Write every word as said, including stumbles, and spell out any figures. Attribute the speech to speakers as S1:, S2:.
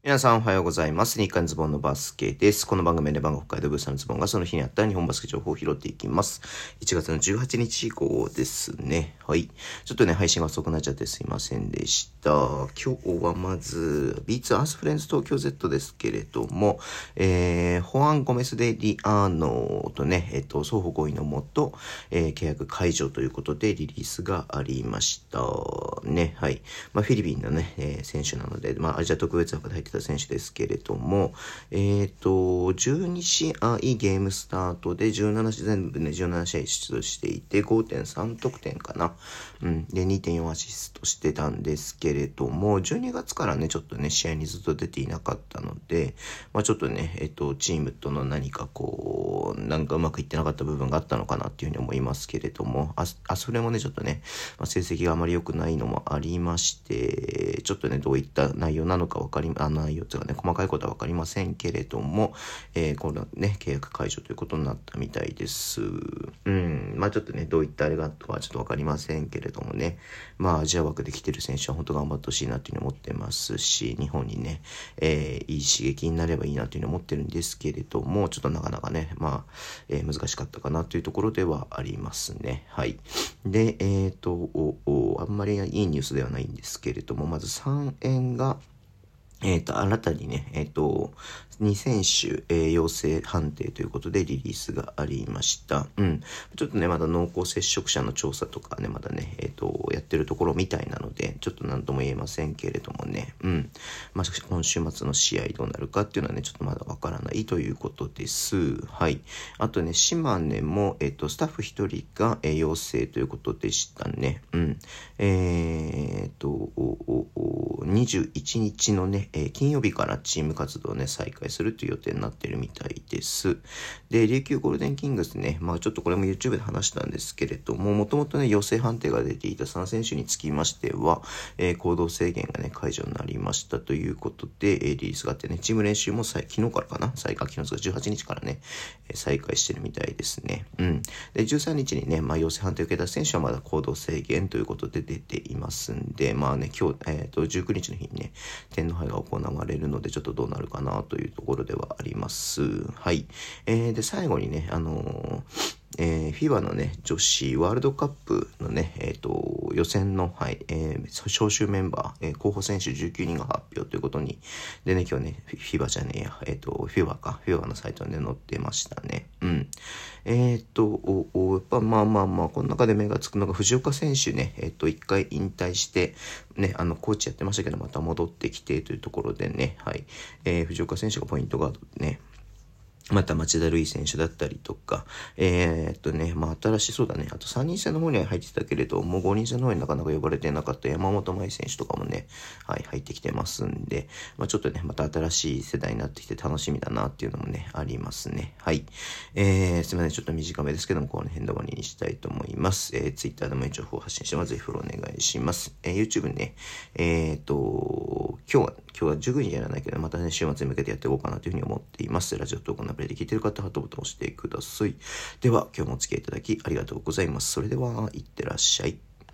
S1: 皆さんおはようございます。日刊ズボンのバスケです。この番組で番号北海道ブースのズボンがその日にあった日本バスケ情報を拾っていきます。いちがつのじゅうはちにち号ですね。はい。ちょっとね、配信が遅くなっちゃってすいませんでした。今日はまず、ビーツー アースフレンズ東京 Z ですけれども、えー、ホアン・ゴメス・デ・リアーノとね、えっと、双方合意のもと、えー、契約解除ということでリリースがありましたね。はい。まあ、フィリピンのね、えー、選手なので、まあ、アジア特別枠で入ってた選手ですけれども、えっと、じゅうにしあいゲームスタートでじゅうななし、全部ね、じゅうななしあい出場していて ごてんさん 得点かな。うん。で、にてんよん アシストしてたんですけれども、じゅうにがつからね、ちょっとね、試合にずっと出ていなかったので、まあ、ちょっとね、えっと、チームとの何かこう、なんかうまくいってなかった部分があったのかなっていうふうに思いますけれども、あ、あそれもね、ちょっとね、まあ、成績があまり良くないのもありまして、ちょっとね、どういった内容なのかわかり、あ、内容というかね、細かいことはわかりませんけれども、えー、このね、契約解除ということになったみたいです。うん、まあちょっとね、どういったあれがとはちょっとわかりませんけれどもね、まあアジア枠で来てる選手は本当頑張ってほしいなっていうふうに思ってますし、日本にね、えー、いい刺激になればいいなというふうに思ってるんですけれども、ちょっとなかなかね、まあ、えー、難しかったかなというところではありますね。はい。で、えっと、おおあんまりいいニュースではないんですけれども、まずさんえんが、えっと、新たにね、えっと、に選手、えー、陽性判定ということでリリースがありました。うん。ちょっとね、まだ濃厚接触者の調査とかね、まだね、えっと、やってるところみたいなので、ちょっと何とも言えませんけれどもね、うん。まあ、しかし今週末の試合どうなるかっていうのはね、ちょっとまだわからないということです。はい。あとね、島根も、えっと、スタッフ一人が、えー、陽性ということでしたね。うん。えー、っと、おおにじゅういちにちのね、えー、金曜日からチーム活動をね、再開するという予定になっているみたいです。で、琉球ゴールデンキングスね、まあちょっとこれも YouTube で話したんですけれども、もともとね、陽性判定が出ていたさん選手につきましては、えー、行動制限がね、解除になりましたということで、えー、リリースがあってね、チーム練習も昨日からかな再開、昨日じゅうはちにちからね、えー、再開してるみたいですね。うん。で、じゅうさんにちにね、まあ陽性判定を受けた選手はまだ行動制限ということで出ていますんで、まあね、今日、えっと、じゅうくにちの日にね、天皇杯が行われるので、ちょっとどうなるかなというところではあります。はい。えー、で、最後にね、あのー、えー、フィバ のね、女子ワールドカップのね、えっと、予選の、はい、えー、招集メンバー、えー、候補選手じゅうきゅうにんが発表ということに、でね、今日ね、フィバ じゃねえや、えっと、フィバか、フィバのサイトにね、載ってましたね。うん。えっと、おおやっぱまあまあまあ、この中で目がつくのが藤岡選手ね、えっと、一回引退して、ね、あの、コーチやってましたけど、また戻ってきてというところでね、はい、えー、藤岡選手がポイントガードでね、また町田瑠唯選手だったりとか、えー、っとね、まあ新しいそうだね、あとさんにんせんの方には入ってたけれど、もうごにんせんの方になかなか呼ばれてなかった山本麻衣選手とかもね、はい、入ってきてますんで、まあちょっとね、また新しい世代になってきて楽しみだなっていうのもね、ありますね。はい。えー、すみません、ちょっと短めですけども、この辺で終わりにしたいと思います。えー、Twitter でも情報を発信してます。ぜひフォローお願いします。えー、YouTube にね、えー、っと、今日は、今日はじゅうくにちやらないけど、またね、週末に向けてやっていこうかなというふうに思っています。ラジオ投稿のアプリで聞いてる方はハートボタンを押してください。では、今日もお付き合いいただきありがとうございます。それでは、いってらっしゃい。